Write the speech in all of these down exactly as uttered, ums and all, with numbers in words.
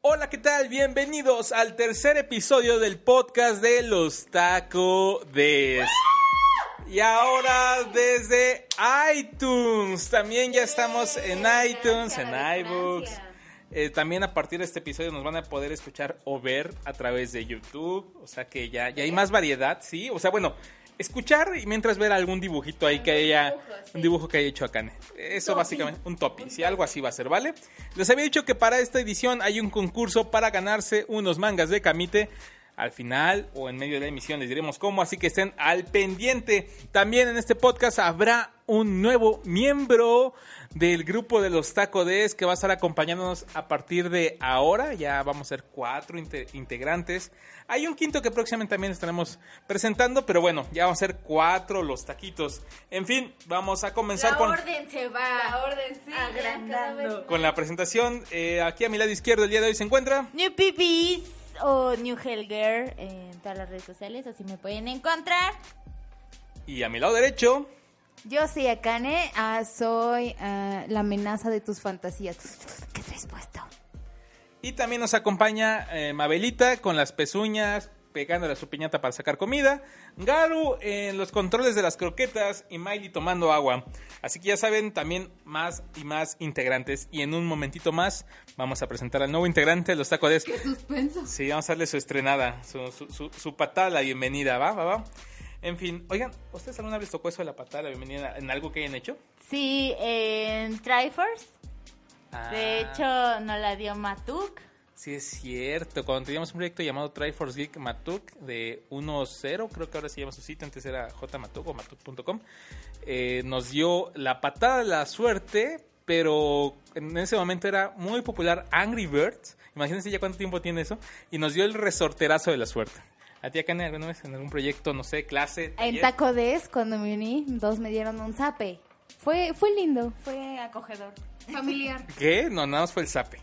Hola, ¿qué tal? Bienvenidos al tercer episodio del podcast de Los Taco Des. Y ahora desde iTunes. También ya estamos en iTunes, en iBooks. Eh, también a partir de este episodio nos van a poder escuchar o ver a través de YouTube. O sea que ya, ya hay más variedad, ¿sí? O sea, bueno, escuchar y mientras ver algún dibujito ahí que haya, un dibujo que haya hecho Akane. Eso topi. Básicamente, un topi, si algo así va a ser, ¿vale? Les había dicho que para esta edición hay un concurso para ganarse unos mangas de Kamite. Al final o en medio de la emisión les diremos cómo, así que estén al pendiente. También en este podcast habrá un nuevo miembro del grupo de los Taco Des que va a estar acompañándonos a partir de ahora. Ya vamos a ser cuatro inte- integrantes. Hay un quinto que próximamente también estaremos presentando, pero bueno, ya vamos a ser cuatro los taquitos. En fin, vamos a comenzar la con... La orden se va. La orden sí, agrandando. Con la presentación. Eh, aquí a mi lado izquierdo el día de hoy se encuentra... New Pipis o New Hellgirl en todas las redes sociales, así me pueden encontrar. Y a mi lado derecho... Yo soy Akane, uh, soy uh, la amenaza de tus fantasías. ¿Qué traes puesto? Y también nos acompaña eh, Mabelita con las pezuñas, pegándole a su piñata para sacar comida. Garu en los controles de las croquetas y Miley tomando agua. Así que ya saben, también más y más integrantes. Y en un momentito más vamos a presentar al nuevo integrante de los Taco Des. ¡Qué suspenso! Sí, vamos a darle su estrenada, su, su, su, su patada, la bienvenida, ¿va? ¿va? ¿va? En fin, oigan, ¿ustedes alguna vez tocó eso de la patada, la bienvenida en algo que hayan hecho? Sí, en Triforce. Ah, De hecho, nos la dio Matuk. Sí, es cierto. Cuando teníamos un proyecto llamado Triforce Geek Matuk de uno cero, creo que ahora se llama su sitio, antes era jmatuk o matuk punto com, eh, nos dio la patada de la suerte, pero en ese momento era muy popular Angry Birds. Imagínense ya cuánto tiempo tiene eso. Y nos dio el resorterazo de la suerte. ¿A ti, Akane, alguna vez en algún proyecto, no sé, clase, taller? En Taco Des, cuando me uní, dos me dieron un zape. Fue, fue lindo, fue acogedor. Familiar. ¿Qué? No, nada más fue el zape.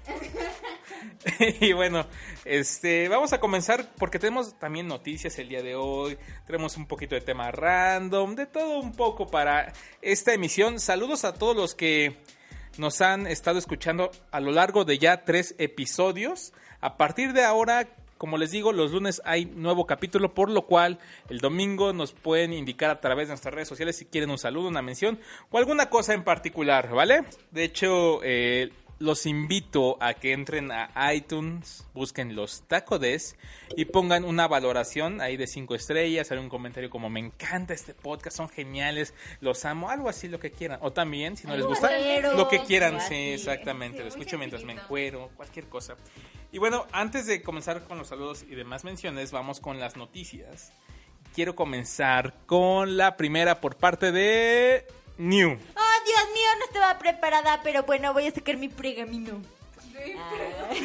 Y bueno, este, vamos a comenzar porque tenemos también noticias el día de hoy. Tenemos un poquito de tema random, de todo un poco para esta emisión. Saludos a todos los que nos han estado escuchando a lo largo de ya tres episodios. A partir de ahora, como les digo, los lunes hay nuevo capítulo, por lo cual el domingo nos pueden indicar a través de nuestras redes sociales si quieren un saludo, una mención o alguna cosa en particular, ¿vale? De hecho, eh, los invito a que entren a iTunes, busquen Los Taco Des y pongan una valoración ahí de cinco estrellas, hagan un comentario como me encanta este podcast, son geniales, los amo, algo así, lo que quieran. O también, si no les gusta, lo que quieran, sí, exactamente, lo escucho mientras me encuero, cualquier cosa. Y bueno, antes de comenzar con los saludos y demás menciones, vamos con las noticias. Quiero comenzar con la primera por parte de New. Oh, Dios mío, no estaba preparada, pero bueno, voy a sacar mi pergamino. Ah.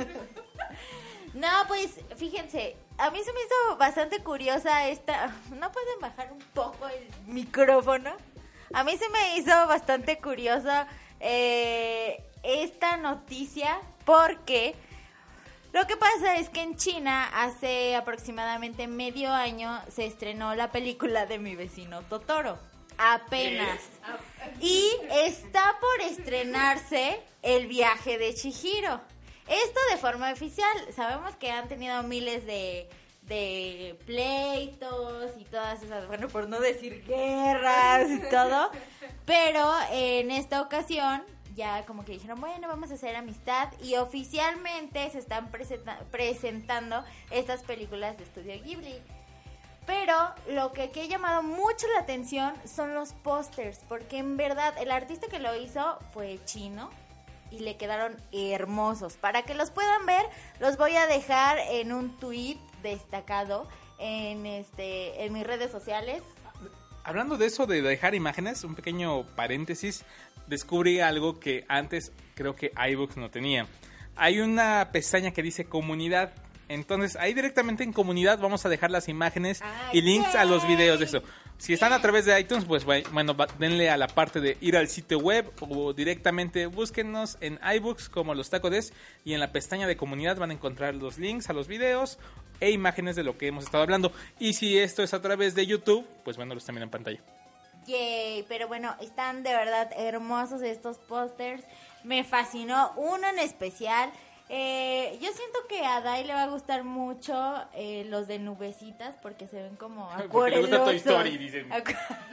No, pues, fíjense, a mí se me hizo bastante curiosa esta... ¿No pueden bajar un poco el micrófono? A mí se me hizo bastante curiosa eh, esta noticia porque... Lo que pasa es que en China hace aproximadamente medio año se estrenó la película de Mi Vecino Totoro. Apenas. Y está por estrenarse El Viaje de Chihiro. Esto de forma oficial. Sabemos que han tenido miles de, de pleitos y todas esas, bueno, por no decir guerras y todo. Pero en esta ocasión... ya como que dijeron, bueno, vamos a hacer amistad y oficialmente se están presenta- presentando estas películas de Estudio Ghibli. Pero lo que aquí ha llamado mucho la atención son los pósters, porque en verdad el artista que lo hizo fue chino y le quedaron hermosos. Para que los puedan ver, los voy a dejar en un tweet destacado en, este, en mis redes sociales. Hablando de eso, de dejar imágenes, un pequeño paréntesis, descubrí algo que antes creo que iBooks no tenía. Hay una pestaña que dice comunidad. Entonces, ahí directamente en comunidad vamos a dejar las imágenes Ay, y links yay. a los videos de eso. Si están a través de iTunes, pues bueno, denle a la parte de ir al sitio web o directamente búsquenos en iBooks como Los Taco Des y en la pestaña de comunidad van a encontrar los links a los videos e imágenes de lo que hemos estado hablando. Y si esto es a través de YouTube, pues bueno, los también en pantalla. Yay, pero bueno, están de verdad hermosos estos pósters. Me fascinó uno en especial. Eh, yo siento que a Dai le va a gustar mucho eh, los de nubecitas porque se ven como Porque le gusta Toy acuarelosos. Story, dicen. Acu-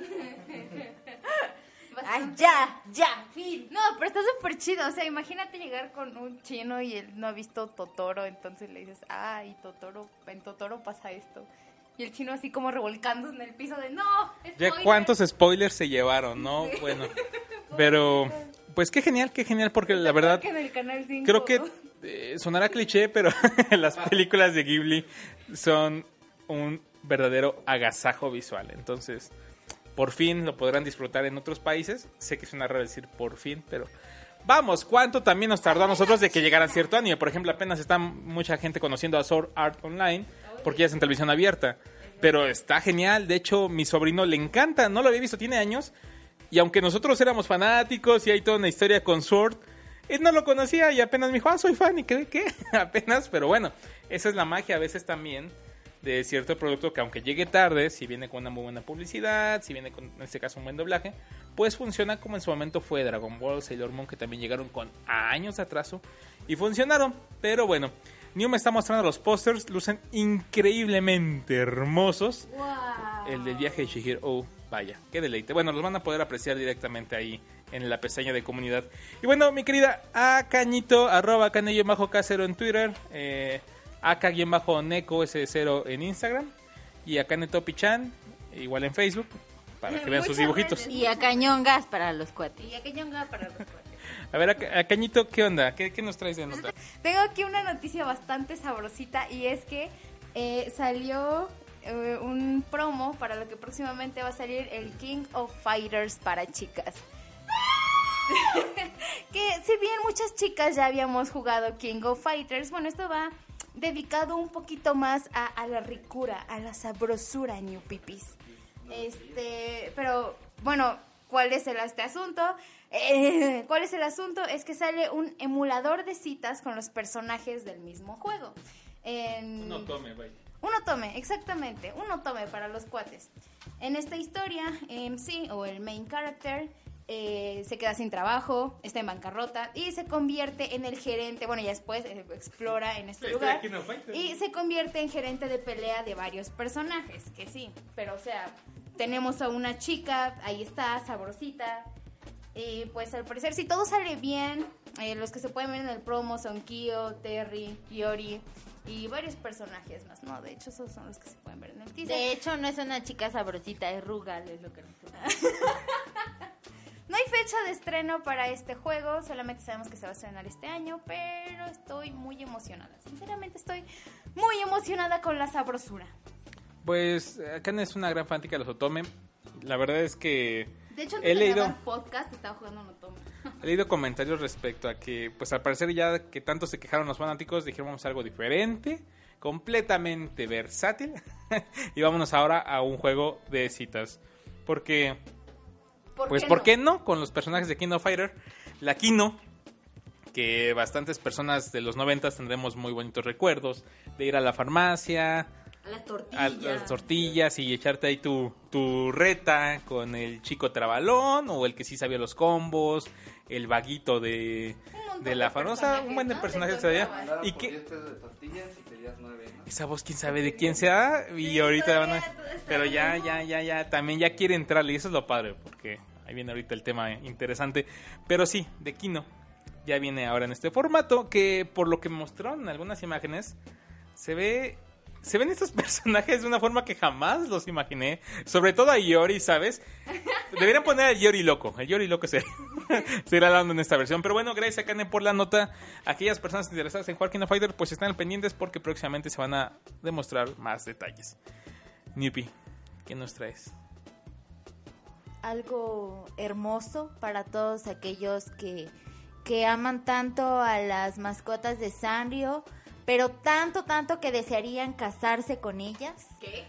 Ay, ya, ya, fin. No, pero está súper chido. O sea, imagínate llegar con un chino y él no ha visto Totoro. Entonces le dices, ay, Totoro, en Totoro pasa esto. Y el chino así como revolcándose en el piso de, no, Ya spoiler". cuántos spoilers se llevaron, ¿no? Bueno, pero pues qué genial, qué genial, porque la verdad Que en el canal cinco. creo que eh, sonará cliché, pero las películas de Ghibli son un verdadero agasajo visual. Entonces, por fin lo podrán disfrutar en otros países. Sé que suena raro decir por fin, pero vamos, ¿cuánto también nos tardó a nosotros de que llegara cierto anime? Por ejemplo, apenas está mucha gente conociendo a Sword Art Online porque ya es en televisión abierta. Pero está genial, de hecho, mi sobrino le encanta, no lo había visto, tiene años. Y aunque nosotros éramos fanáticos y hay toda una historia con Sword, él no lo conocía y apenas me dijo, ah, soy fan, y qué, qué, apenas, pero bueno, esa es la magia a veces también de cierto producto que aunque llegue tarde, si viene con una muy buena publicidad, si viene con, en este caso, un buen doblaje, pues funciona como en su momento fue Dragon Ball, Sailor Moon, que también llegaron con años de atraso y funcionaron, pero bueno. New me está mostrando los pósters, lucen increíblemente hermosos. Wow. El del viaje de Chihiro, oh, vaya, qué deleite. Bueno, los van a poder apreciar directamente ahí en la pestaña de comunidad. Y bueno, mi querida Acañito, arroba Acaño-K cero en Twitter, eh, Aka-Neko S cero en Instagram y Akane Topi-chan, igual en Facebook, para que vean sus Muchas dibujitos. redes. Y a cañongas para los cuates. Y aquello no para los cuates. A ver, Aca- Acañito, ¿qué onda? ¿Qué, qué nos traes de nota? Tengo aquí una noticia bastante sabrosita y es que eh, salió eh, un promo para lo que próximamente va a salir el King of Fighters para chicas. Que si bien muchas chicas ya habíamos jugado King of Fighters, bueno, esto va dedicado un poquito más a, a la ricura, a la sabrosura, New Pipis. Este, pero bueno, ¿cuál es el este asunto? Eh, ¿Cuál es el asunto? Es que sale un emulador de citas con los personajes del mismo juego. En... No tome, vaya. Un otome, exactamente, un otome para los cuates. En esta historia, M C o el main character eh, se queda sin trabajo, está en bancarrota y se convierte en el gerente, bueno, ya después eh, explora en este Estoy lugar aquí, no fighter. y se convierte en gerente de pelea de varios personajes, que sí, pero o sea, tenemos a una chica, ahí está, sabrosita, y pues al parecer si todo sale bien, eh, los que se pueden ver en el promo son Kyo, Terry, Yori y varios personajes más, no, de hecho esos son los que se pueden ver en el teaser. De hecho, no es una chica sabrosita, es Rugal, es lo que nos No hay fecha de estreno para este juego, solamente sabemos que se va a estrenar este año, pero estoy muy emocionada. Sinceramente estoy muy emocionada con la sabrosura. Pues Akane es una gran fanática de los otome. La verdad es que De hecho, he antes de leído, grabar podcast estaba jugando un otome. he leído comentarios respecto a que, pues al parecer ya que tanto se quejaron los fanáticos, dijeron vamos a algo diferente, completamente versátil, y vámonos ahora a un juego de citas. Porque, ¿Por pues, qué ¿por no? qué no? Con los personajes de King of Fighter, la Kino, que bastantes personas de los noventas tendremos muy bonitos recuerdos, de ir a la farmacia, A las tortillas. a las tortillas y echarte ahí tu, tu reta con el chico trabalón o el que sí sabía los combos, el vaguito de, Un montón de la de famosa, un buen de personajes, personajes ¿no? De sabía. todo Mandaba Y por que diez pesos de tortillas y pedías nueve, ¿no? esa voz quién sabe de quién sea y ahorita van a... todavía todo está Pero ya, bien. ya, ya, ya, también ya quiere entrarle y eso es lo padre porque ahí viene ahorita el tema interesante. Pero sí, de Kino ya viene ahora en este formato que por lo que mostraron en algunas imágenes se ve... Se ven estos personajes de una forma que jamás los imaginé. Sobre todo a Yori, ¿sabes? Deberían poner al Yori loco. El Yori loco se, se irá dando en esta versión. Pero bueno, gracias a Kane por la nota. Aquellas personas interesadas en jugar King of Fighter, pues están al pendientes porque próximamente se van a demostrar más detalles. Newpie, ¿qué nos traes? Algo hermoso para todos aquellos que, que aman tanto a las mascotas de Sanrio, pero tanto, tanto que desearían casarse con ellas. ¿Qué?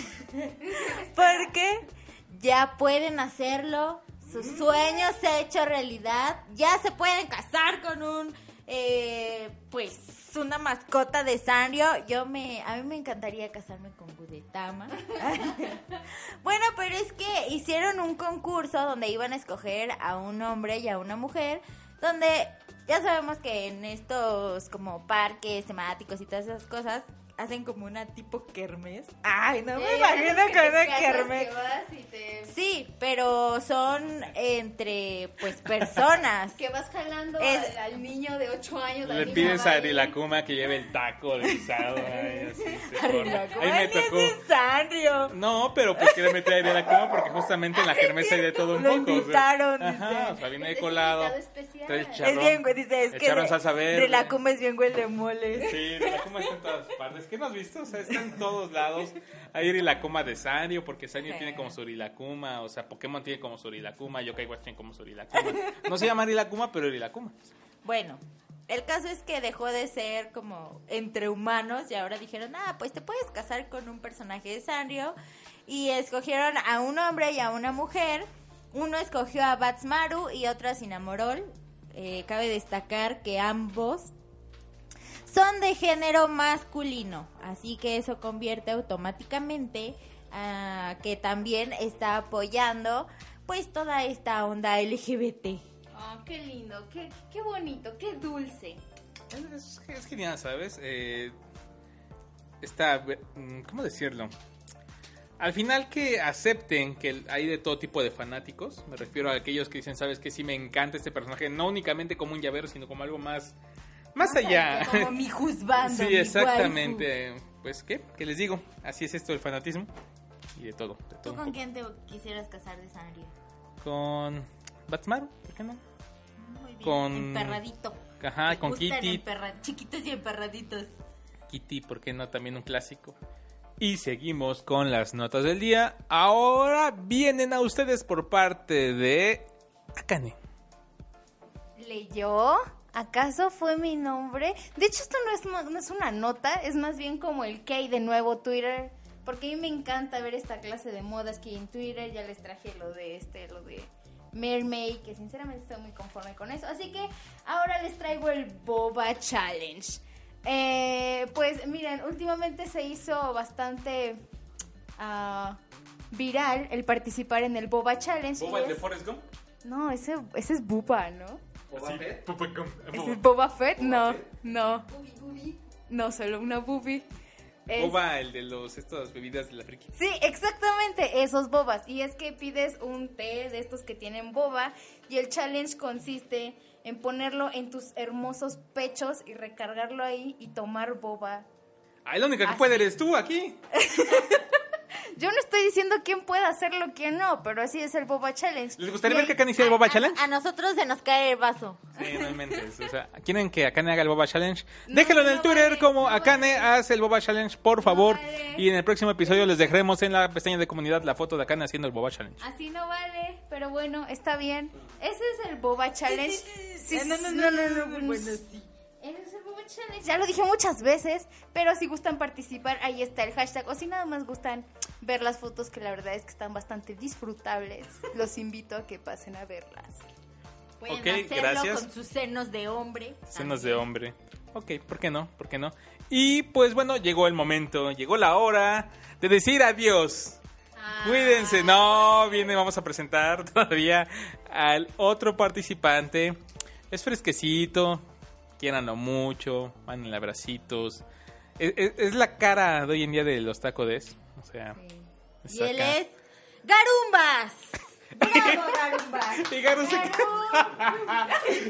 Porque ya pueden hacerlo, sus sueños se han hecho realidad, ya se pueden casar con un, eh, pues, una mascota de Sanrio. Yo me, a mí me encantaría casarme con Gudetama. Bueno, pero es que hicieron un concurso donde iban a escoger a un hombre y a una mujer, donde ya sabemos que en estos como parques temáticos y todas esas cosas hacen como una tipo kermés. Ay, no me Eh, imagino que con te una casas, kermés. que vas y te- Sí, pero son entre pues personas. Que vas jalando Es- al, al niño de ocho años. al Le niño pides a baile. Arilacuma que lleve el taco de guisado. Ay, así se pone. Arilacuma Ahí me ni es tocó. necesario. No, pero pues quiere meter a Arilacuma porque justamente en la kermés hay de todo un Lo poco. o sea. invitaron, Ajá, dice. o sea, viene Es de un colado. invitado especial. trae el Es charrón. bien, güey, dice, es que Echaron de, salsa verde. de la cuma es bien güey de mole. Sí, Arilacuma está en todas partes. ¿Qué no has visto? O sea, está en todos lados. Hay Arilacuma de Sanrio, porque Sanrio Sí. tiene como su Arilacuma. O sea, Pokémon tiene como su Arilacuma. Yokai Watch tiene como su Arilacuma. No se llama Arilacuma, pero Arilacuma. Bueno, el caso es que dejó de ser como entre humanos y ahora dijeron, ah, pues te puedes casar con un personaje de Sanrio. Y escogieron a un hombre y a una mujer. Uno escogió a Batsmaru y otro a Cinnamoroll. Eh, cabe destacar que ambos son de género masculino, así que eso convierte automáticamente a que también está apoyando pues toda esta onda L G B T. Oh, qué lindo, qué, qué bonito, qué dulce. Es, es- es genial, ¿sabes? Eh, está, mm, ¿cómo decirlo? Al final que acepten que hay de todo tipo de fanáticos, me refiero a aquellos que dicen, ¿sabes qué? Sí me encanta este personaje, no únicamente como un llavero, sino como algo más, más allá. Como mi juzgando. Sí, mi exactamente. Pues, ¿qué? ¿Qué les digo? Así es esto del fanatismo y de todo. De todo ¿Tú un con poco. quién te quisieras casar de Sanrio? Con Batsmaru, ¿por qué no? Muy bien. Con- Emperradito. Ajá, ¿Te con gustan Kitty. emperra- Chiquitos y emperraditos. Kitty, ¿por qué no? También un clásico. Y seguimos con las notas del día. Ahora vienen a ustedes por parte de Akane. ¿Leyó? ¿Acaso fue mi nombre? De hecho, esto no es, mo- no es una nota, es más bien como el que hay de nuevo Twitter. Porque a mí me encanta ver esta clase de modas que hay en Twitter. Ya les traje lo de este, lo de Mermaid, que sinceramente estoy muy conforme con eso. Así que ahora les traigo el Boba Challenge. Eh, pues miren, últimamente se hizo bastante ah, viral el participar en el Boba Challenge. ¿Boba y el de es- Forrest Gump? No, ese, ese es Buba, ¿no? ¿Boba Fett? Boba Gump. ¿Ese es Boba Fett? ¿Boba No, Fett? no. No, solo una boobie. Es- Boba, el de los estas bebidas de la friki. Sí, exactamente, esos bobas. Y es que pides un té de estos que tienen boba y el challenge consiste en ponerlo en tus hermosos pechos y recargarlo ahí y tomar boba. Ay, la única que Así. puede eres tú aquí. Yo no estoy diciendo quién puede hacerlo, quién no, pero así es el boba challenge. ¿Les gustaría Y ver que el- Akane hiciera el Boba A- Challenge? A, nosotros se nos cae el vaso. Sí, no inventes. O sea, ¿quieren que Akane haga el Boba Challenge? No, Déjenlo en el no Twitter vale, como no Akane vale. hace el Boba Challenge, por favor. vale. Y en el próximo episodio les dejaremos en la pestaña de comunidad la foto de Akane haciendo el Boba Challenge. Así no vale, pero bueno, está bien. Ese es el boba challenge. Sí, No, no, no, no, no, bueno, sí. Ese es el boba challenge. Ya lo dije muchas veces, pero si gustan participar, ahí está el hashtag. O si nada más gustan ver las fotos, que la verdad es que están bastante disfrutables, los invito a que pasen a verlas. Pueden Ok, hacerlo gracias. con sus senos de hombre. Senos de también. hombre. Ok, ¿por qué no? ¿Por qué no? Y pues bueno, llegó el momento, llegó la hora de decir adiós. Ah. Cuídense, no, viene, vamos a presentar todavía al otro participante. Es fresquecito, quiéranlo mucho, mándenle abracitos. Es, es- es la cara de hoy en día de los tacodes. O sea, Y él acá. es Garumbas. ¡Bravo, Garumbas! Y Garu se Garu. Sí,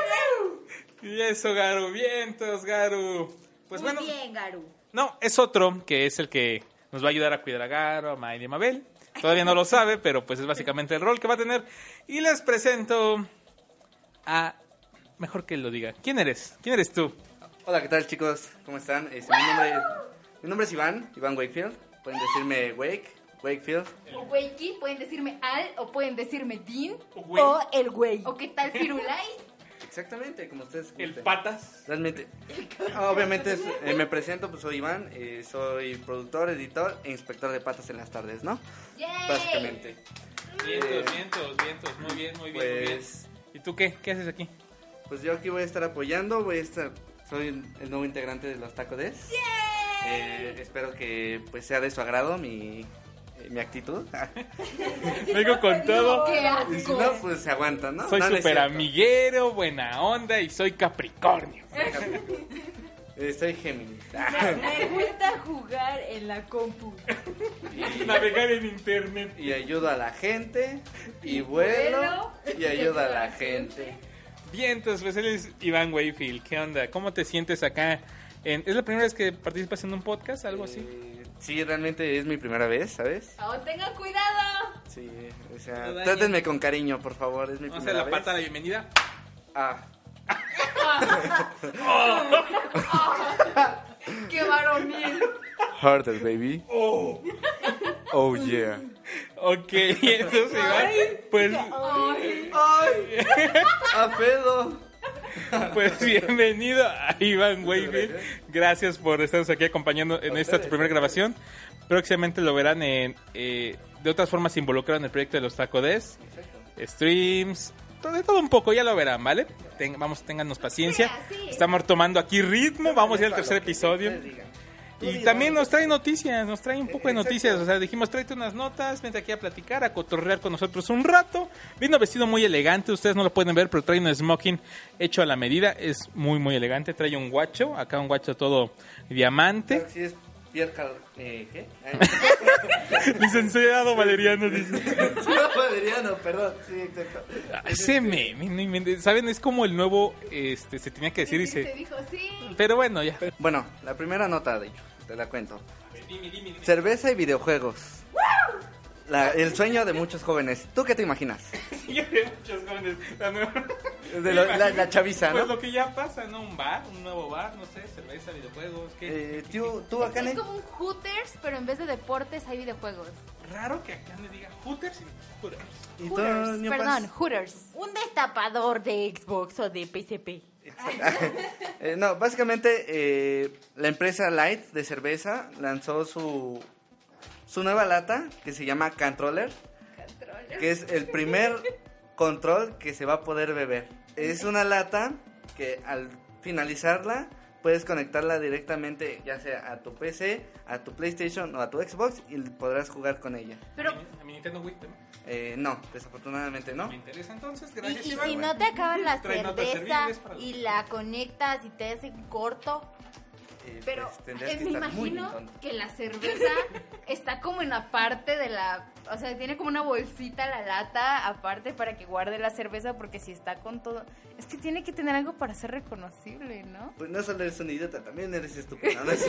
viene. Y eso, Garu, vientos, Garu. Pues Muy bueno, bien, Garu. no, es otro que es el que nos va a ayudar a cuidar a Garu, a Miley y a Mabel. Todavía no lo sabe, pero pues es básicamente el rol que va a tener. Y les presento a... Mejor que lo diga. ¿Quién eres? ¿Quién eres tú? Hola, ¿qué tal, chicos? ¿Cómo están? Este, mi, nombre, mi nombre es Iván, Iván Wakefield. Pueden decirme Wake, Wakefield. O Wakey, pueden decirme Al, o pueden decirme Dean, O el güey. o qué tal Firulais. Exactamente, como ustedes El gusten. Patas. Realmente. Ah, obviamente, es- eh, me presento, pues soy Iván, eh, soy productor, editor e inspector de patas en las tardes, ¿no? ¡Yay! Básicamente. Vientos, vientos, vientos. Muy bien, muy bien, muy bien. Pues, ¿Y tú qué? ¿Qué haces aquí? pues yo aquí voy a estar apoyando, voy a estar, soy el nuevo integrante de los Tacodes. Eh, espero que pues sea de su agrado mi eh, mi actitud. Vengo con todo. ¡Qué Y si asco! no, pues se aguanta, ¿no? Soy No, no es súper cierto. amiguero, buena onda y soy Capricornio. Eh, Soy Géminis. Me gusta jugar en la compu. Navegar en internet. Y ayudo a la gente. Y vuelo. Y ayudo a la gente. Bien, entonces pues él es Iván Wayfield. ¿Qué onda? ¿Cómo te sientes acá? En- ¿Es la primera vez que participas en un podcast? ¿Algo así? Eh, sí, realmente es mi primera vez, ¿sabes? ¡Oh, tengan cuidado! Sí, o sea, No dañen. trátenme con cariño, por favor, es mi Vamos a hacer primera la vez. pata de la bienvenida. Ah, ¡Qué varonil! harder, baby. Oh. Oh, yeah. Ok, entonces Iván, pues, ¡A pedo! pues bienvenido a Iván Wayfield. gracias. Gracias por estarnos aquí acompañando en A esta tu ustedes, primera a ustedes. grabación. Próximamente lo verán en, eh, de otras formas involucrado en el proyecto de los Tacodes, streams, todo, de todo un poco, ya lo verán, ¿vale? Ten- vamos, téngannos paciencia. Sí, así. Estamos tomando aquí ritmo, vamos a ir al tercer Lo que episodio. ustedes digan. Tú Y di, también vamos. nos trae noticias, nos trae un poco de Exacto. noticias. O sea, dijimos, tráete unas notas, vente aquí a platicar, a cotorrear con nosotros un rato. Vino vestido muy elegante, ustedes no lo pueden ver, pero trae un smoking hecho a la medida. Es muy, muy elegante. Trae un guacho, acá un guacho todo diamante. Sí, es Pierre Cal... Eh, ¿Qué? Licenciado Valeriano dice. No, Valeriano, perdón. Sí, exacto. Ese meme, no inventes. ¿Saben? Es como el nuevo, este, se tenía que decir y Se se... dijo, sí. Pero bueno, ya. Bueno, la primera nota, de hecho, te la cuento. Cerveza y videojuegos. La- el sueño de muchos jóvenes. ¿Tú qué te imaginas? Yo de muchos jóvenes. La nueva- De lo- la, la chaviza, Pues ¿no? lo que ya pasa, ¿no? Un bar, un nuevo bar, no sé, cerveza, videojuegos. ¿Qué? Eh, tú, tú acá, Es ¿ne? como un Hooters, pero en vez de deportes hay videojuegos. Raro que acá me diga Hooters y Hooters. ¿Y tú, Hooters, Ñopas? perdón, Hooters. Un destapador de Xbox o de P S P. Eh, no, básicamente eh, la empresa Light de cerveza lanzó su, su nueva lata que se llama Controller, que es el primer control que se va a poder beber. Es una lata que al finalizarla puedes conectarla directamente ya sea a tu P C, a tu PlayStation o a tu Xbox y podrás jugar con ella. Pero A mi, a mi Nintendo Wii también. Eh, no, desafortunadamente no. Me interesa entonces, Y, gracias y Iván. si no te acabas la Trae notas cerveza servibles para los- y la conectas y te hace corto, Eh, Pero pues, tendrías eh, que me estar muy imagino tonto. que la cerveza está como en la parte de la... O sea, tiene como una bolsita la lata aparte para que guarde la cerveza porque si está con todo... Es que tiene que tener algo para ser reconocible, ¿no? Pues no solo eres un idiota, también eres estúpido. ¿no?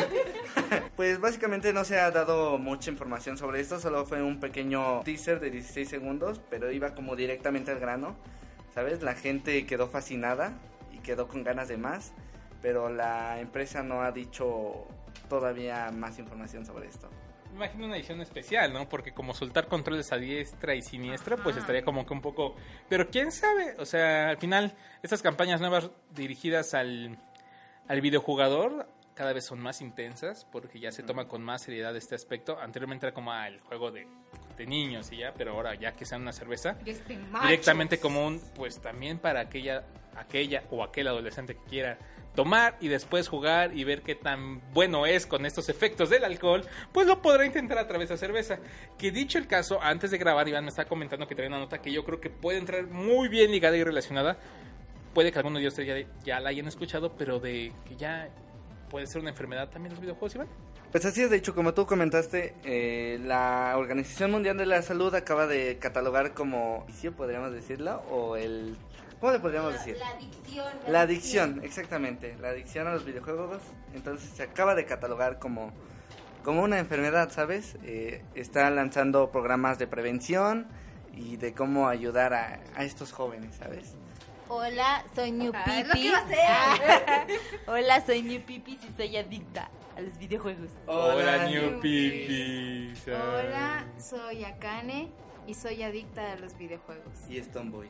Pues básicamente no se ha dado mucha información sobre esto, solo fue un pequeño teaser de dieciséis segundos, pero iba como directamente al grano, ¿sabes? La gente quedó fascinada y quedó con ganas de más, pero la empresa no ha dicho todavía más información sobre esto. Me imagino una edición especial, ¿no? Porque como soltar controles a diestra y siniestra, pues Ajá. estaría como que un poco... Pero quién sabe, o sea, al final, estas campañas nuevas dirigidas al, al videojugador cada vez son más intensas porque ya se toma con más seriedad este aspecto. Anteriormente era como ah, el juego de, de niños y ya, pero ahora ya que sean una cerveza, Este directamente como un, pues también para aquella, aquella o aquel adolescente que quiera tomar y después jugar y ver qué tan bueno es con estos efectos del alcohol, pues lo podrá intentar a través de la cerveza. Que dicho el caso, antes de grabar, Iván me está comentando que trae una nota que yo creo que puede entrar muy bien ligada y relacionada. Puede que alguno de ustedes ya, ya la hayan escuchado, pero de que ya puede ser una enfermedad también los videojuegos, Iván. Pues así es, de hecho, como tú comentaste, eh, la Organización Mundial de la Salud acaba de catalogar como, ¿sí podríamos decirlo? O el... ¿Cómo le podríamos la, decir? la adicción. La adicción, exactamente, la adicción a los videojuegos, entonces se acaba de catalogar como, como una enfermedad, ¿sabes? Eh, está lanzando programas de prevención y de cómo ayudar a, a estos jóvenes, ¿sabes? Hola, soy New Ah, es lo que Pipis. iba a hacer. Hola, soy New Pipis y soy adicta a los videojuegos. Hola, New New Pipis. Hola, soy Akane y soy adicta a los videojuegos. Y es Tomboy.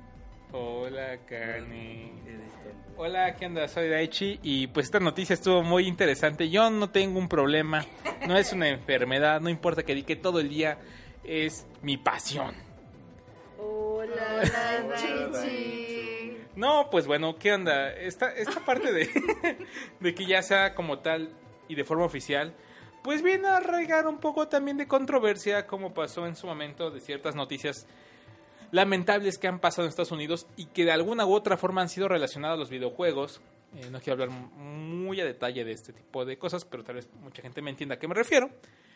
Hola, Kani. Eres Tomboy. Hola, ¿qué onda? Soy Daichi y pues esta noticia estuvo muy interesante. Yo no tengo un problema, no es una enfermedad, no importa que dedique todo el día, es mi pasión. Hola, Hola, Daichi. No, pues bueno, ¿qué onda? Esta, esta parte de, de que ya sea como tal y de forma oficial, pues viene a arraigar un poco también de controversia, como pasó en su momento de ciertas noticias lamentables que han pasado en Estados Unidos y que de alguna u otra forma han sido relacionadas a los videojuegos. Eh, no quiero hablar muy a detalle de este tipo de cosas, pero tal vez mucha gente me entienda a qué me refiero.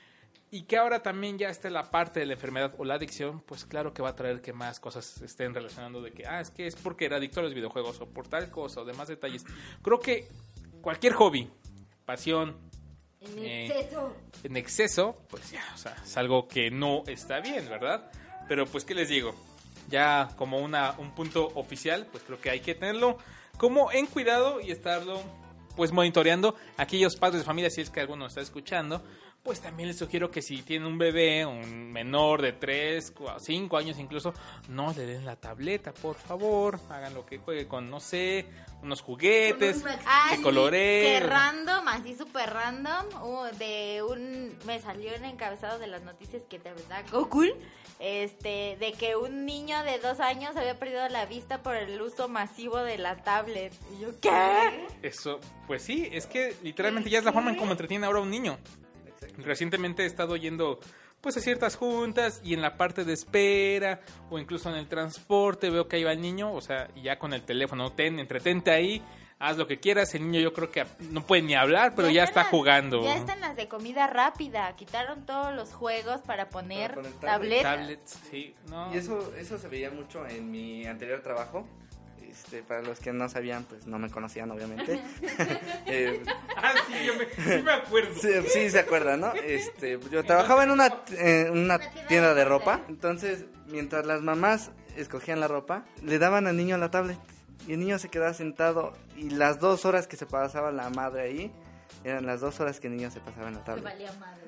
Y que ahora también ya esté la parte de la enfermedad o la adicción, pues claro que va a traer que más cosas estén relacionando de que, ah, es que es porque era adicto a los videojuegos o por tal cosa o demás detalles. Creo que cualquier hobby, pasión, En eh, exceso. en exceso, pues ya, o sea, es algo que no está bien, ¿verdad? Pero pues, ¿qué les digo? Ya como una, un punto oficial, pues creo que hay que tenerlo como en cuidado y estarlo pues monitoreando. Aquellos padres de familia, si es que alguno está escuchando, pues también les sugiero que si tienen un bebé, un menor de tres, cinco años incluso, no le den la tableta, por favor. Hagan lo que juegue con, no sé, unos juguetes, Ah, de sí, coloreo. que random, así súper random, uh, de un, me salió en encabezado de las noticias que de verdad, go cool, este, de que un niño de dos años había perdido la vista por el uso masivo de la tablet. Y yo, ¿qué? Eso, pues sí, es que literalmente ya es la forma en cómo entretiene ahora un niño. Recientemente he estado yendo pues a ciertas juntas y en la parte de espera o incluso en el transporte veo que ahí va el niño, o sea, ya con el teléfono, ten, entretente ahí, haz lo que quieras. El niño yo creo que no puede ni hablar, pero ya, ya está las, jugando. Ya están las de comida rápida, quitaron todos los juegos para poner, para poner tabletas. Tablets, sí, no. Y eso, eso se veía mucho en mi anterior trabajo. Este, para los que no sabían, pues no me conocían, obviamente. eh, Ah, sí, yo me, sí me acuerdo. sí, sí, se acuerdan, ¿no? Este, yo trabajaba en una, en una tienda de ropa. Entonces, mientras las mamás escogían la ropa, le daban al niño la tablet. Y el niño se quedaba sentado. Y las dos horas que se pasaba la madre ahí, eran las dos horas que el niño se pasaba en la Que tablet. valía madre.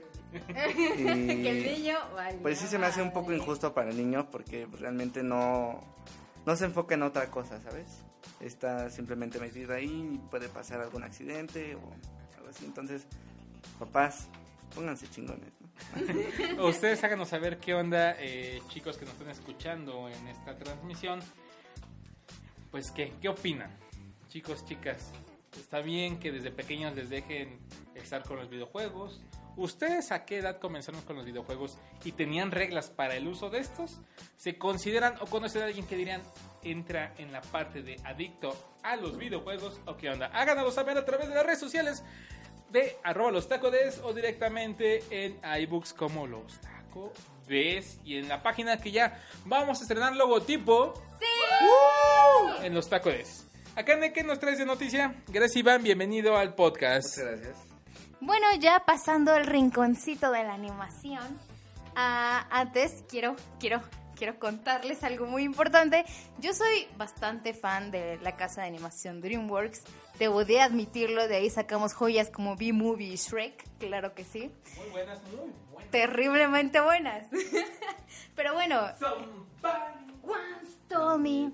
Y, Que el niño valía pues sí se me hace un poco madre. injusto para el niño porque realmente no, no se enfoca en otra cosa, ¿sabes? Está simplemente metido ahí y puede pasar algún accidente o algo así. Entonces, papás, pónganse chingones, ¿no? Ustedes háganos saber qué onda, eh, chicos que nos están escuchando en esta transmisión. Pues, ¿qué? ¿Qué opinan? Chicos, chicas, ¿está bien que desde pequeños les dejen estar con los videojuegos? ¿Ustedes a qué edad comenzaron con los videojuegos y tenían reglas para el uso de estos? ¿Se consideran o conocen a alguien que dirían entra en la parte de adicto a los videojuegos o qué onda? Háganoslo saber a través de las redes sociales de arroba los tacodes o directamente en iBooks como los tacodes y en la página que ya vamos a estrenar logotipo. ¡Sí! ¡Uh! En los tacodes. Acá, ¿qué nos traes de noticia? Gracias, Iván, bienvenido al podcast. Muchas gracias. Bueno, ya pasando el rinconcito de la animación, ah, antes quiero, quiero, quiero contarles algo muy importante. Yo soy bastante fan de la casa de animación DreamWorks. Debo de admitirlo, de ahí sacamos joyas como B-Movie y Shrek, claro que sí. Muy buenas, muy buenas. Terriblemente buenas. Pero bueno, Somebody. once told me.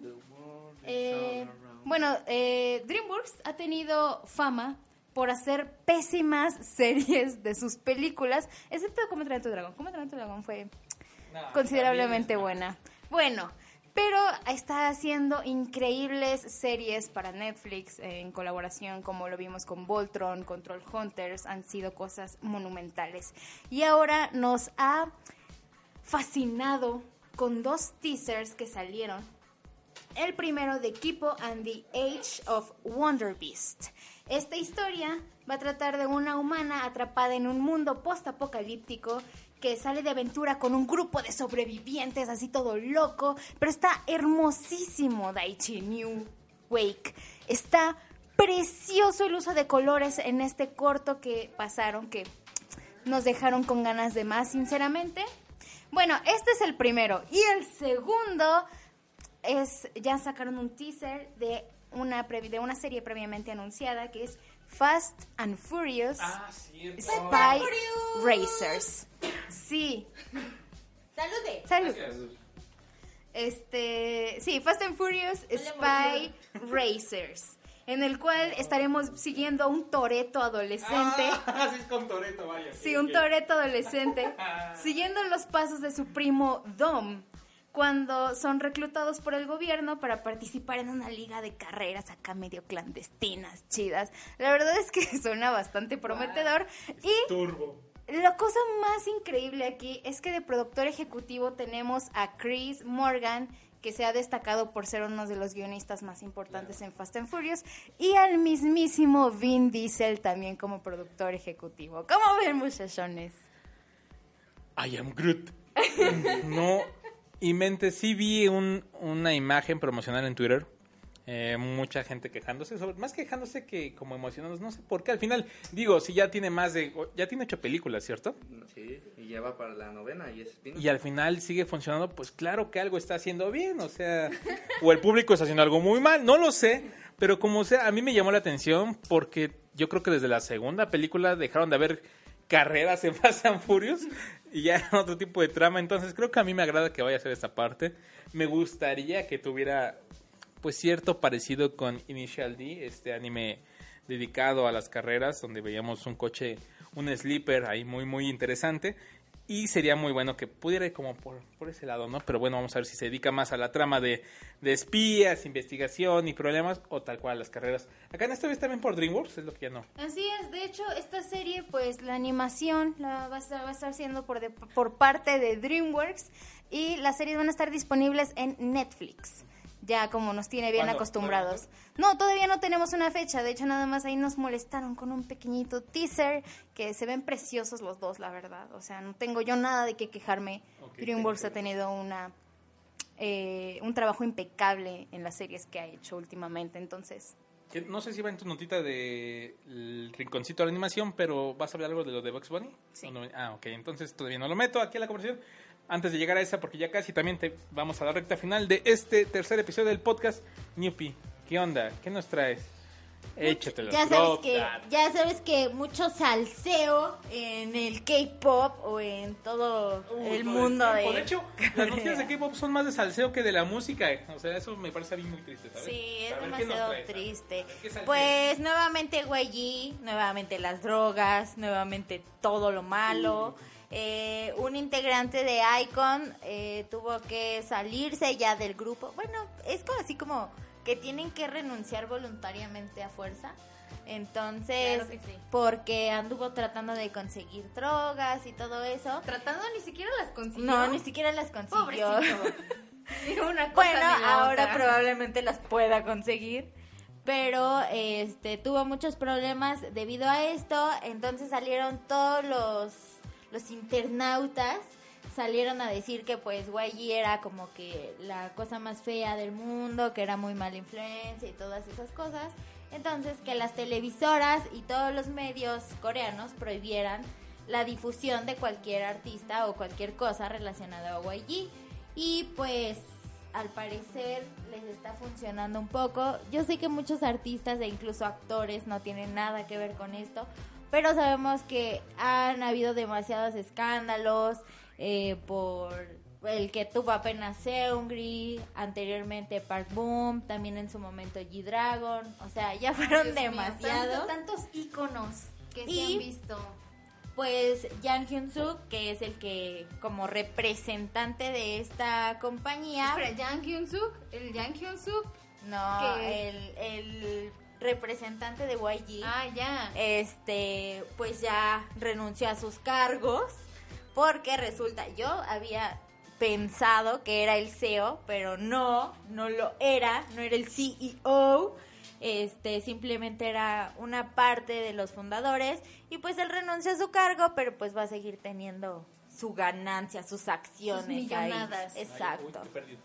Eh, bueno, eh, DreamWorks ha tenido fama por hacer pésimas series de sus películas, excepto Cómo entrenar a tu dragón. Cómo entrenar a tu dragón fue No, considerablemente también, buena. Bueno, pero está haciendo increíbles series para Netflix eh, en colaboración, como lo vimos con Voltron, con Troll Hunters, han sido cosas monumentales. Y ahora nos ha fascinado con dos teasers que salieron. El primero de Kipo and the Age of Wonder Beast. Esta historia va a tratar de una humana atrapada en un mundo post-apocalíptico que sale de aventura con un grupo de sobrevivientes, así todo loco, pero está hermosísimo Daichi New Wake. Está precioso el uso de colores en este corto que pasaron, que nos dejaron con ganas de más, sinceramente. Bueno, este es el primero. Y el segundo es, ya sacaron un teaser de una, previ- de una serie previamente anunciada que es Fast and Furious Ah, cierto. Spy Racers. Sí. Salude. Salud. Gracias. Este, sí, Fast and Furious Spy Racers, en el cual estaremos siguiendo a un Toretto adolescente. Ah, sí, es con Toretto, vaya. Sí, un Toretto adolescente, siguiendo los pasos de su primo Dom, cuando son reclutados por el gobierno para participar en una liga de carreras acá medio clandestinas, chidas. La verdad es que suena bastante prometedor. Y Turbo. la cosa más increíble aquí es que de productor ejecutivo tenemos a Chris Morgan, que se ha destacado por ser uno de los guionistas más importantes en Fast and Furious, y al mismísimo Vin Diesel también como productor ejecutivo. ¿Cómo ven, muchachones? I am Groot. No, y mente, sí vi un, una imagen promocional en Twitter. Eh, mucha gente quejándose, sobre, más quejándose que como emocionados, no sé por qué. Al final, digo, si ya tiene más de, ya tiene ocho películas, ¿cierto? Sí, y ya va para la novena y es spin-off. Y al final sigue funcionando, pues claro que algo está haciendo bien, o sea, o el público está haciendo algo muy mal, no lo sé, pero como sea, a mí me llamó la atención porque yo creo que desde la segunda película dejaron de haber carreras en Fast and Furious y ya era otro tipo de trama, entonces creo que a mí me agrada que vaya a hacer esta parte. Me gustaría que tuviera pues cierto parecido con Initial D, este anime dedicado a las carreras, donde veíamos un coche, un sleeper ahí muy muy interesante, y sería muy bueno que pudiera ir como por, por ese lado, ¿no? Pero bueno, vamos a ver si se dedica más a la trama de, de espías, investigación y problemas, o tal cual a las carreras. Acá en esta vez también por DreamWorks, es lo que ya no. Así es, de hecho, esta serie, pues la animación la va a estar, va a estar siendo por, de, por parte de DreamWorks, y las series van a estar disponibles en Netflix. Ya como nos tiene bien ¿Cuándo? acostumbrados. No, todavía no tenemos una fecha. De hecho, nada más ahí nos molestaron con un pequeñito teaser, que se ven preciosos los dos, la verdad. O sea, no tengo yo nada de qué quejarme. Okay, DreamWorks ha tenido una eh, un trabajo impecable en las series que ha hecho últimamente, entonces... Que no sé si va en tu notita de el rinconcito de la animación, pero ¿vas a hablar algo de lo de Bugs Bunny? Sí. No, no, ah, ok, entonces todavía no lo meto aquí a la conversación. Antes de llegar a esa, porque ya casi también te vamos a la recta final de este tercer episodio del podcast. Newpie, ¿qué onda? ¿Qué nos traes? Échatelo. Ya sabes que ya sabes que mucho salseo en el K-pop o en todo Uy, el todo mundo tiempo. de De hecho, las noticias de K-pop son más de salseo que de la música. O sea, eso me parece a mí muy triste, ¿sabes? Sí, es A ver, ¿qué nos demasiado traes? triste. A ver, ¿qué salseo? Pues nuevamente Y G, nuevamente las drogas, nuevamente todo lo malo. Uh. Eh, un integrante de iKON eh, tuvo que salirse ya del grupo. Bueno, es como así como que tienen que renunciar voluntariamente a fuerza. Entonces, Claro que sí. porque anduvo tratando de conseguir drogas y todo eso. Tratando ni siquiera las consiguió. No, ni siquiera las consiguió. Pobrecito. Ni una cosa Bueno, ni la ahora otra. probablemente las pueda conseguir. Pero este tuvo muchos problemas debido a esto. Entonces salieron todos los, los internautas. Salieron a decir que pues Y G era como que la cosa más fea del mundo, que era muy mala influencia y todas esas cosas. Entonces que las televisoras y todos los medios coreanos prohibieran la difusión de cualquier artista o cualquier cosa relacionada a Y G. Y pues al parecer les está funcionando un poco. Yo sé que muchos artistas e incluso actores no tienen nada que ver con esto, pero sabemos que han habido demasiados escándalos. Eh, por el que tuvo apenas Seungri, anteriormente Park Boom, también en su momento G-Dragon, o sea, ya fueron Dios mío, demasiados. tanto- tantos íconos que se Y- han visto. Pues Jang Hyun-suk, que es el que como representante de esta compañía, Espera, Jang Hyun-suk, el Jang Hyun-suk. no, ¿qué? el, el representante de Y G, Ah, ya. este, pues ya renunció a sus cargos. Porque resulta, yo había pensado que era el C E O, pero no, no lo era, no era el C E O, este, simplemente era una parte de los fundadores y pues él renunció a su cargo, pero pues va a seguir teniendo su ganancia, sus acciones Sus millonadas. ahí. Exacto. Ay, uy, qué perdido.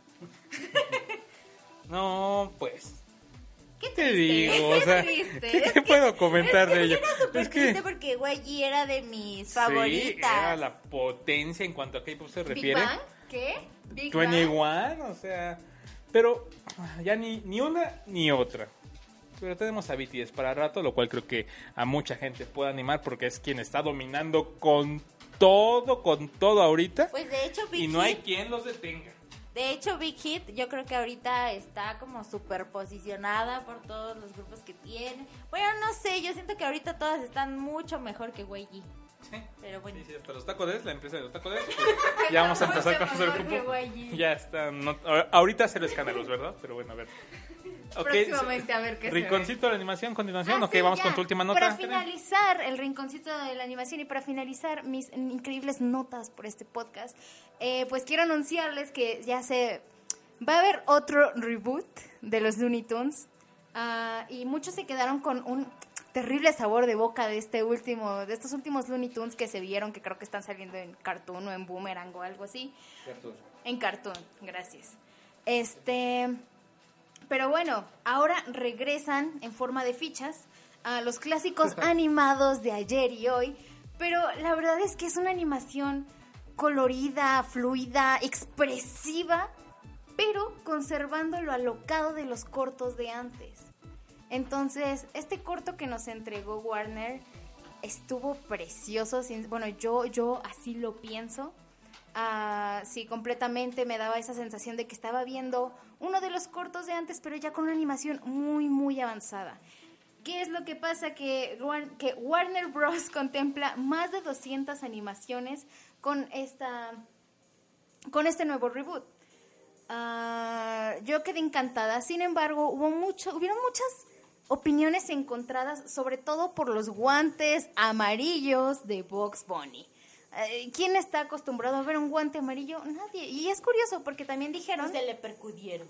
No, pues. ¿Qué te digo? O sea, triste. ¿qué te puedo comentar de ello? Súper Es que triste porque Y G era de mis sí, favoritas. era la potencia en cuanto a K-pop se ¿Big refiere. Bang? ¿Qué? ¿Big veintiuno, o sea, pero ya ni, ni una ni otra. Pero tenemos a B T S para rato, lo cual creo que a mucha gente puede animar porque es quien está dominando con todo, con todo ahorita. Pues de hecho Big Y no hay Hit- quien los detenga. De hecho, Big Hit yo creo que ahorita está como súper posicionada por todos los grupos que tiene. Bueno, no sé, yo siento que ahorita todas están mucho mejor que Y G. Sí. Pero bueno. Sí, sí, hasta los tacos, la empresa de los tacos, pues, ya vamos a empezar con nuestro mejor que grupo. Y G. Ya está, no- ahorita cero escándalos, ¿verdad? Pero bueno, a ver. Okay. Próximamente a ver qué se ve. Rinconcito de la animación, continuación. Ah, ok, sí, vamos ya. con tu última nota. Para finalizar el rinconcito de la animación y para finalizar mis increíbles notas por este podcast, eh, pues quiero anunciarles que ya se va a haber otro reboot de los Looney Tunes uh, y muchos se quedaron con un terrible sabor de boca de este último, de estos últimos Looney Tunes que se vieron, que creo que están saliendo en Cartoon o en Boomerang o algo así. Cartoon. En Cartoon, gracias. Este... Pero bueno, ahora regresan en forma de fichas a los clásicos animados de ayer y hoy, pero la verdad es que es una animación colorida, fluida, expresiva, pero conservando lo alocado de los cortos de antes. Entonces, este corto que nos entregó Warner estuvo precioso, sin, bueno, yo, yo así lo pienso. Uh, sí, completamente me daba esa sensación de que estaba viendo uno de los cortos de antes, pero ya con una animación muy, muy avanzada. ¿Qué es lo que pasa? Que, que Warner Bros. Contempla más de doscientas animaciones con, esta, con este nuevo reboot. Uh, yo quedé encantada, sin embargo, hubo mucho, hubieron muchas opiniones encontradas, sobre todo por los guantes amarillos de Bugs Bunny. ¿Quién está acostumbrado a ver un guante amarillo? Nadie. Y es curioso porque también dijeron... Se le percudieron.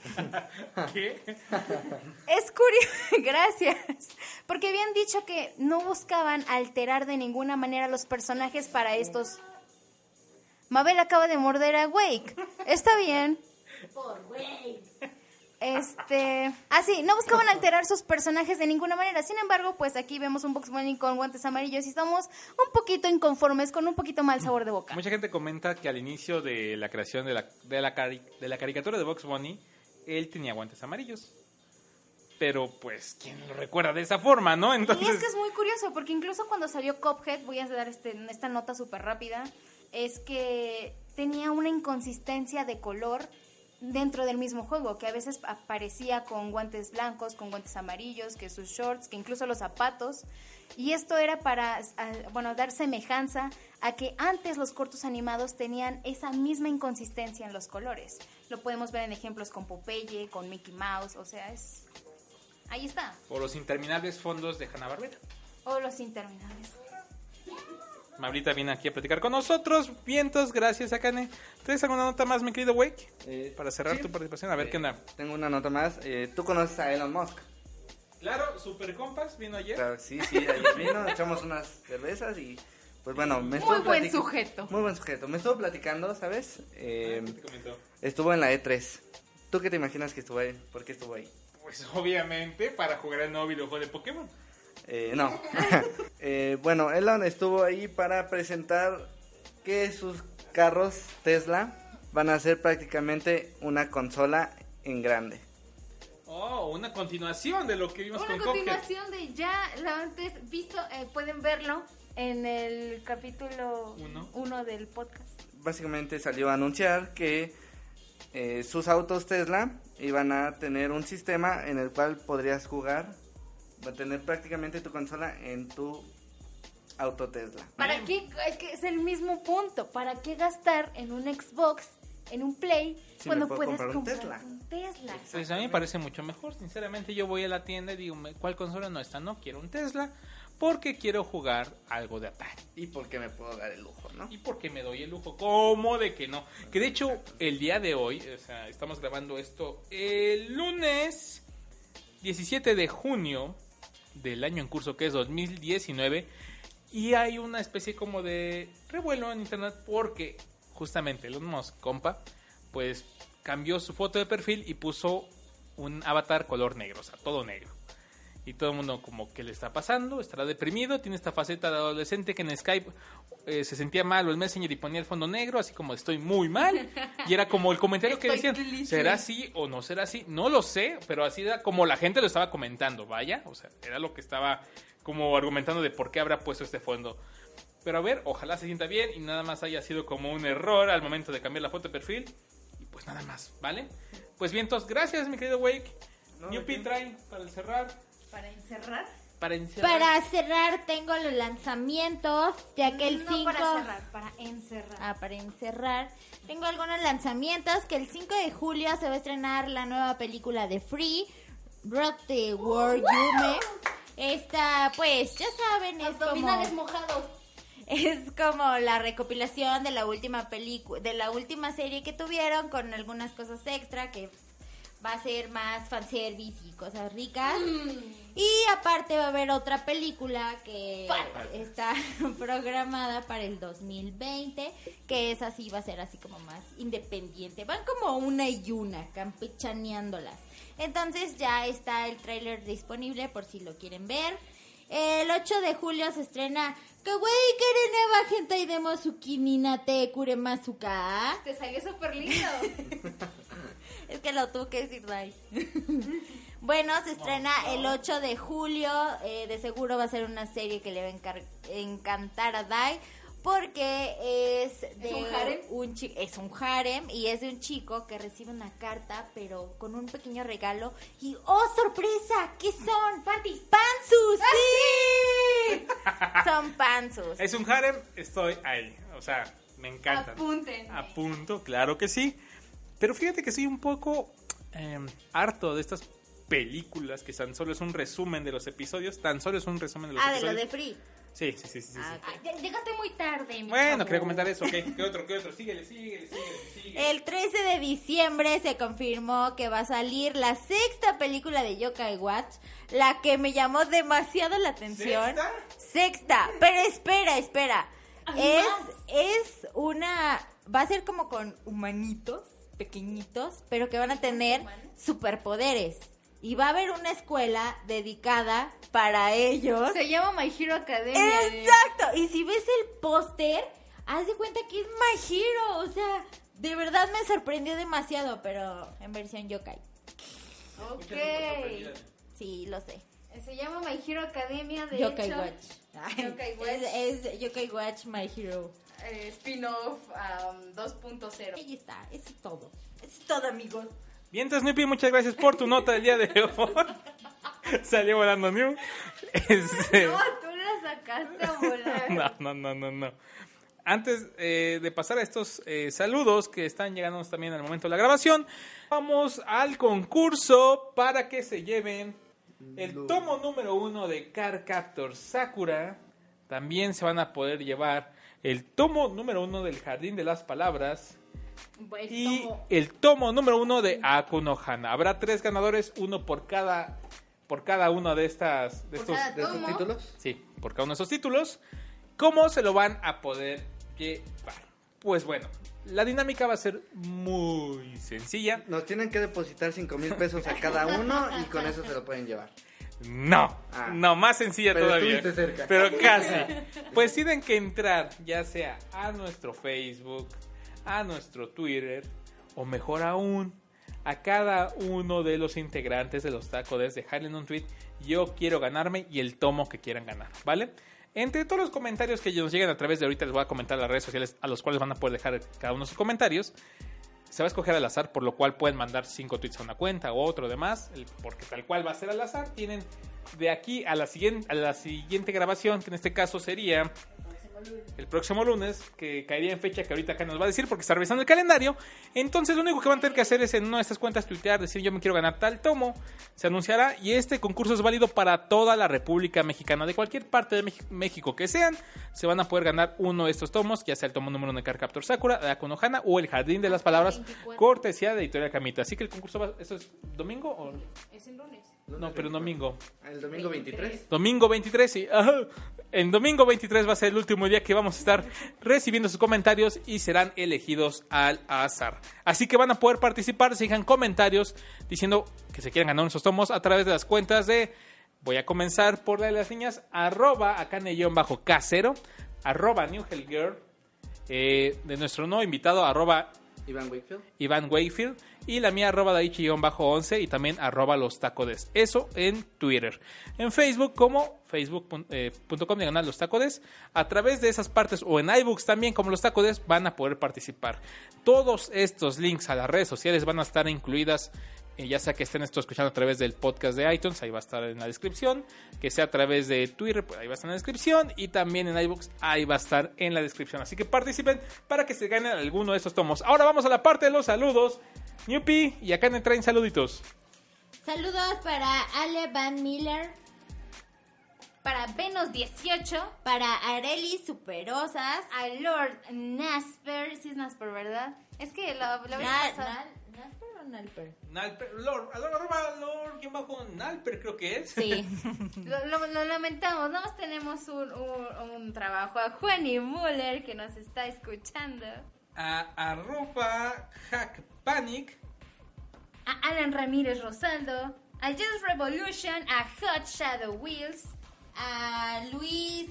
¿Qué? Es curioso, gracias. Porque habían dicho que no buscaban alterar de ninguna manera los personajes para estos... Mabel acaba de morder a Wake. Está bien. Por Wake. Este, ah sí, no buscaban alterar sus personajes de ninguna manera. Sin embargo, pues aquí vemos un Bugs Bunny con guantes amarillos y estamos un poquito inconformes, con un poquito mal sabor de boca. Mucha gente comenta que al inicio de la creación de la, de la, cari- de la caricatura de Bugs Bunny, él tenía guantes amarillos. Pero pues, ¿quién lo recuerda de esa forma, no? Entonces... Y es que es muy curioso, porque incluso cuando salió Cuphead, voy a dar este, esta nota súper rápida, es que tenía una inconsistencia de color dentro del mismo juego, que a veces aparecía con guantes blancos, con guantes amarillos, que sus shorts, que incluso los zapatos, y esto era para, bueno, dar semejanza a que antes los cortos animados tenían esa misma inconsistencia en los colores. Lo podemos ver en ejemplos con Popeye, con Mickey Mouse, o sea, es... ahí está. O los interminables fondos de Hanna-Barbera. O los interminables. Mabrita viene aquí a platicar con nosotros. Vientos, gracias, Akane. ¿Traes alguna nota más, mi querido Wake? Eh, Para cerrar sí. tu participación, a ver Eh, qué onda. Tengo una nota más. Eh, ¿Tú conoces a Elon Musk? Claro, Super Compas vino ayer. Claro, sí, sí, ayer vino, echamos unas cervezas y pues bueno, me estuvo Muy buen platic- sujeto. Muy buen sujeto. Me estuvo platicando, ¿sabes? Eh, ¿Qué te comentó? estuvo en la E tres. ¿Tú qué te imaginas que estuvo ahí? ¿Por qué estuvo ahí? Pues obviamente para jugar el nuevo videojuego de Pokémon. Eh, no. eh, bueno, Elon estuvo ahí para presentar que sus carros Tesla van a ser prácticamente una consola en grande. Oh, una continuación de lo que vimos Una con Cuphead. continuación de ya lo antes visto, eh, pueden verlo en el capítulo Uno. uno del podcast. Básicamente salió a anunciar que eh, sus autos Tesla iban a tener un sistema en el cual podrías jugar, va a tener prácticamente tu consola en tu auto Tesla. ¿Para Bien. qué? Es que es el mismo punto. ¿Para qué gastar en un Xbox, en un Play, Si cuando me puedo puedes comprar un comprar Tesla? un Tesla? Pues a mí me parece mucho mejor, sinceramente. Yo voy a la tienda y digo, ¿cuál consola no está? No, quiero un Tesla porque quiero jugar algo de Atari. Y porque me puedo dar el lujo, ¿no? Y porque me doy el lujo, ¿cómo de que no? Que de hecho, el día de hoy, o sea, estamos grabando esto el lunes diecisiete de junio del año en curso, que es dos mil diecinueve, y hay una especie como de revuelo en internet porque justamente Elon Musk, compa, pues cambió su foto de perfil y puso un avatar color negro, o sea, todo negro. Y todo el mundo como, ¿qué le está pasando? ¿Estará deprimido? Tiene esta faceta de adolescente que en Skype eh, se sentía mal o el Messenger y ponía el fondo negro, así como estoy muy mal. Y era como el comentario que Estoy decían, triste. ¿será así o no será así? No lo sé, pero así era como la gente lo estaba comentando, vaya. O sea, era lo que estaba como argumentando de por qué habrá puesto este fondo. Pero a ver, ojalá se sienta bien y nada más haya sido como un error al momento de cambiar la foto de perfil. Y pues nada más, ¿vale? Pues bien, entonces, gracias mi querido Wake. No, New ¿de P qué? trae para el cerrar. ¿Para encerrar? Para encerrar. Para cerrar tengo los lanzamientos, ya que el no cinco... para cerrar, para encerrar. Ah, para encerrar. Tengo algunos lanzamientos, que el cinco de julio se va a estrenar la nueva película de Free, Road the World Yume. Esta, pues, ya saben, es Abdominales como... mojados. Es como la recopilación de la última película, de la última serie que tuvieron, con algunas cosas extra que va a ser más fanservice y cosas ricas. Mm. Y aparte va a haber otra película que Fal. está programada para el dos mil veinte, que es así, va a ser así como más independiente. Van como una y una, campechaneándolas. Entonces ya está el tráiler disponible por si lo quieren ver. El ocho de julio se estrena Kawaii Karene wa Hentai Demo Suki Ninate Kuremasuka. Te salió súper lindo. Es que lo tuve que decir, Dai. Bueno, se estrena el ocho de julio. Eh, de seguro va a ser una serie que le va a encar- encantar a Dai. Porque es de ¿Es un harem? un chi- es un harem y es de un chico que recibe una carta, pero con un pequeño regalo. Y ¡oh, sorpresa! ¿Qué son? Panties. ¡Pantsus! ¡Sí! Son pantsus. Es un harem, estoy ahí. O sea, me encantan. Apunten. Apunto, claro que sí. Pero fíjate que soy un poco eh, harto de estas películas que tan solo es un resumen de los episodios. Tan solo es un resumen de los Ah, de episodios. lo de Free. Sí, sí, sí, sí, sí. Ah, ok. Ay, llegaste muy tarde, mi Bueno, chavo. quería comentar eso, ¿ok? ¿Qué otro, qué otro? Síguele, síguele, síguele, síguele. El trece de diciembre se confirmó que va a salir la sexta película de Yokai Watch, la que me llamó demasiado la atención. ¿Sexta? Sexta, pero espera, espera. Hay Es, más. es una, va a ser como con humanitos pequeñitos, pero que van a tener superpoderes. Y va a haber una escuela dedicada para ellos. Se llama My Hero Academia. Exacto. Y si ves el póster, haz de cuenta que es My Hero. O sea, de verdad me sorprendió demasiado, pero en versión yokai. Ok. Sí, lo sé. Se llama My Hero Academia, de Yokai hecho. Watch. Ay, Yokai Watch. Es, es Yokai Watch My Hero. Eh, spin-off um, dos punto cero. Ahí está. Eso es todo. Eso es todo, amigos. Bien, entonces, Nupi, muchas gracias por tu nota del día de hoy. Salió volando, New. Este... No, tú la sacaste a volar. No, no, no, no, no. Antes eh, de pasar a estos eh, saludos que están llegándonos también al momento de la grabación, vamos al concurso para que se lleven el tomo número uno de Cardcaptor Sakura. También se van a poder llevar el tomo número uno del Jardín de las Palabras El y tomo. el tomo número uno de Aku no Hana. Habrá tres ganadores, uno por cada por cada uno de estas de Por estos cada ¿De estos ¿Cómo? títulos? sí, por cada uno de esos títulos. ¿Cómo se lo van a poder llevar? Pues bueno, la dinámica va a ser muy sencilla. Nos tienen que depositar cinco mil pesos a cada uno y con eso se lo pueden llevar. No, Ah. no, más sencilla Pero todavía. estuviste cerca. Pero casi. Pues tienen que entrar ya sea a nuestro Facebook, a nuestro Twitter, o mejor aún, a cada uno de los integrantes de los Tacodes, dejarle en un tweet, yo quiero ganarme y el tomo que quieran ganar, ¿vale? Entre todos los comentarios que nos lleguen a través de ahorita, les voy a comentar las redes sociales a los cuales van a poder dejar cada uno de sus comentarios. Se va a escoger al azar, por lo cual pueden mandar cinco tweets a una cuenta o otro demás, el- porque tal cual va a ser al azar. Tienen de aquí a la siguiente, a la siguiente grabación, que en este caso sería el próximo lunes, que caería en fecha que ahorita acá nos va a decir porque está revisando el calendario. Entonces lo único que van a tener que hacer es en una de estas cuentas tuitear, decir yo me quiero ganar tal tomo, se anunciará y este concurso es válido para toda la República Mexicana, de cualquier parte de Mex- México que sean, se van a poder ganar uno de estos tomos, ya sea el tomo número uno de Cardcaptor Sakura, de Aku no Hana o el Jardín de las Palabras, veinticuatro. cortesía de Editorial Camita. Así que el concurso va, ¿eso es domingo o Es el lunes. no? Pero domingo. El domingo veintitrés. Domingo veintitrés, sí. Ajá. En domingo veintitrés va a ser el último día que vamos a estar recibiendo sus comentarios y serán elegidos al azar. Así que van a poder participar si dejan comentarios diciendo que se quieren ganar esos tomos a través de las cuentas de... Voy a comenzar por la de las niñas, arroba akane-k cero, arroba newhellgirl, eh, de nuestro nuevo invitado, arroba Iván Wakefield. Iván Wayfield, y la mía arroba daichi-once y también arroba los tacodes. Eso en Twitter. En Facebook como facebook punto com diagonal los tacodes. A través de esas partes o en iBooks también como los tacodes van a poder participar. Todos estos links a las redes sociales van a estar incluidas, eh, ya sea que estén esto escuchando a través del podcast de iTunes, ahí va a estar en la descripción, que sea a través de Twitter, pues ahí va a estar en la descripción, y también en iBooks, ahí va a estar en la descripción. Así que participen para que se ganen alguno de estos tomos. Ahora vamos a la parte de los saludos. Ñupi, y acá me traen saluditos. Saludos para Ale Van Miller, Para Venus dieciocho, para Areli Superosas, a Lord Nasper, sí es Nasper, ¿verdad? Es que la, la vez Nal- pasada... Nal- ¿Nasper o Nalper? Nalper, Lord, Lord, arroba Lord, ¿quién bajo? Nalper creo que es. Sí. Lo, lo- lo lamentamos, nada más tenemos un, un, un trabajo a Juani Muller que nos está escuchando. A arroba Hack Panic. A Alan Ramírez Rosaldo, a Just Revolution, a Hot Shadow Wheels, A Luis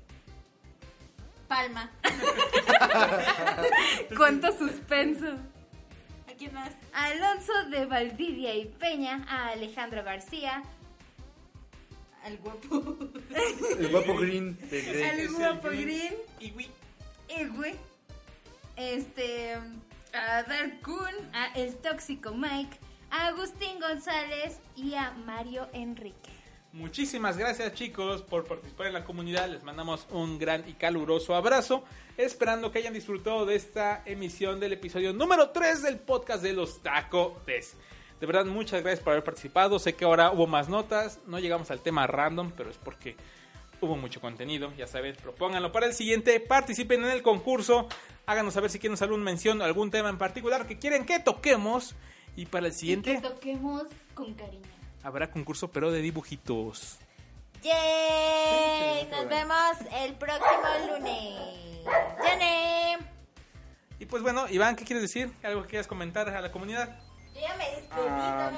Palma. cuánto suspenso, ¿A quién más? a Alonso de Valdivia y Peña, a Alejandro García, Al guapo. El guapo green de Grey. al Es el guapo Green. Green, Y güey, y güey, este, a Dark Kun, a El Tóxico Mike, a Agustín González y a Mario Enrique. muchísimas gracias chicos por participar en la comunidad. Les mandamos un gran y caluroso abrazo. Esperando que hayan disfrutado de esta emisión del episodio número tres del podcast de los Tacotes. De verdad, muchas gracias por haber participado. Sé que ahora hubo más notas. No llegamos al tema random, pero es porque hubo mucho contenido. Ya sabes, propónganlo para el siguiente. Participen en el concurso. Háganos saber si quieren alguna mención o algún tema en particular que quieren que toquemos. Y para el Y Siguiente. que toquemos con cariño. habrá concurso, pero de dibujitos. ¡Yay! Nos vemos el próximo lunes. ¡Yane! Y pues bueno, Iván, ¿qué quieres decir? ¿Algo que quieras comentar a la comunidad? Yo ya me despedí, Ah.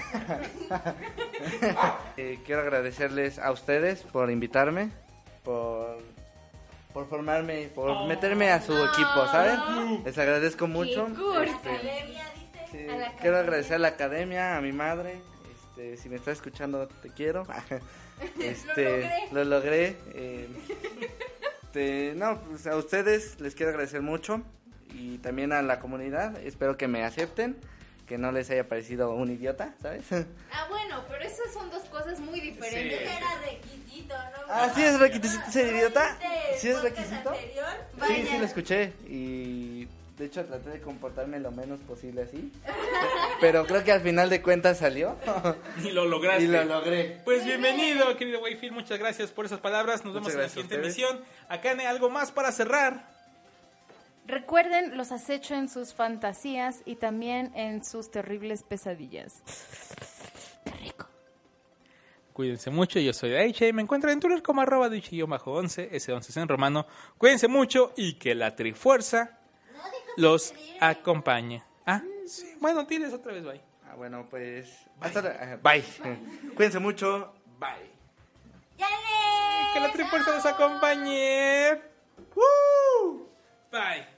todavía Eh, quiero agradecerles a ustedes por invitarme, por, por formarme, por Oh. meterme a su equipo, ¿saben? Les agradezco mucho. cursi. Este, Academia, dice. sí, A la quiero academia. agradecer a la academia, a mi madre. Este, si me estás escuchando, te quiero. Este, Lo logré. lo logré. eh, este, no, pues a ustedes les quiero agradecer mucho y también a la comunidad. Espero que me acepten, que no les haya parecido un idiota, ¿sabes? Ah, bueno, pero esas son dos cosas muy diferentes. Sí. Ese era requisito, ¿no? Ah, ¿sí es requisito ser idiota? ¿Viste el ¿Sí es podcast requisito? anterior? Sí, Vaya. sí lo escuché y de hecho traté de comportarme lo menos posible así. Pero creo que al final de cuentas salió Y lo lograste. y lo logré. Pues bienvenido, querido Wayfield. Muchas gracias por esas palabras. Nos vemos Muchas en la gracias a siguiente ustedes. emisión. Akane, ¿algo más para cerrar? Recuerden, los acecho en sus fantasías y también en sus terribles pesadillas. Qué rico. Cuídense mucho, yo soy Daichi. Me encuentran en Twitter como arroba Daichi-once, ese once es en romano. Cuídense mucho y que la Trifuerza No, déjame los pedir. acompañe. Ah, sí. Bueno, tienes otra vez, bye. Ah, bueno, pues hasta la- ajá, bye. Cuídense mucho. Bye. ¡Yane! Que la Trifuerza los acompañe. ¡Woo! Bye.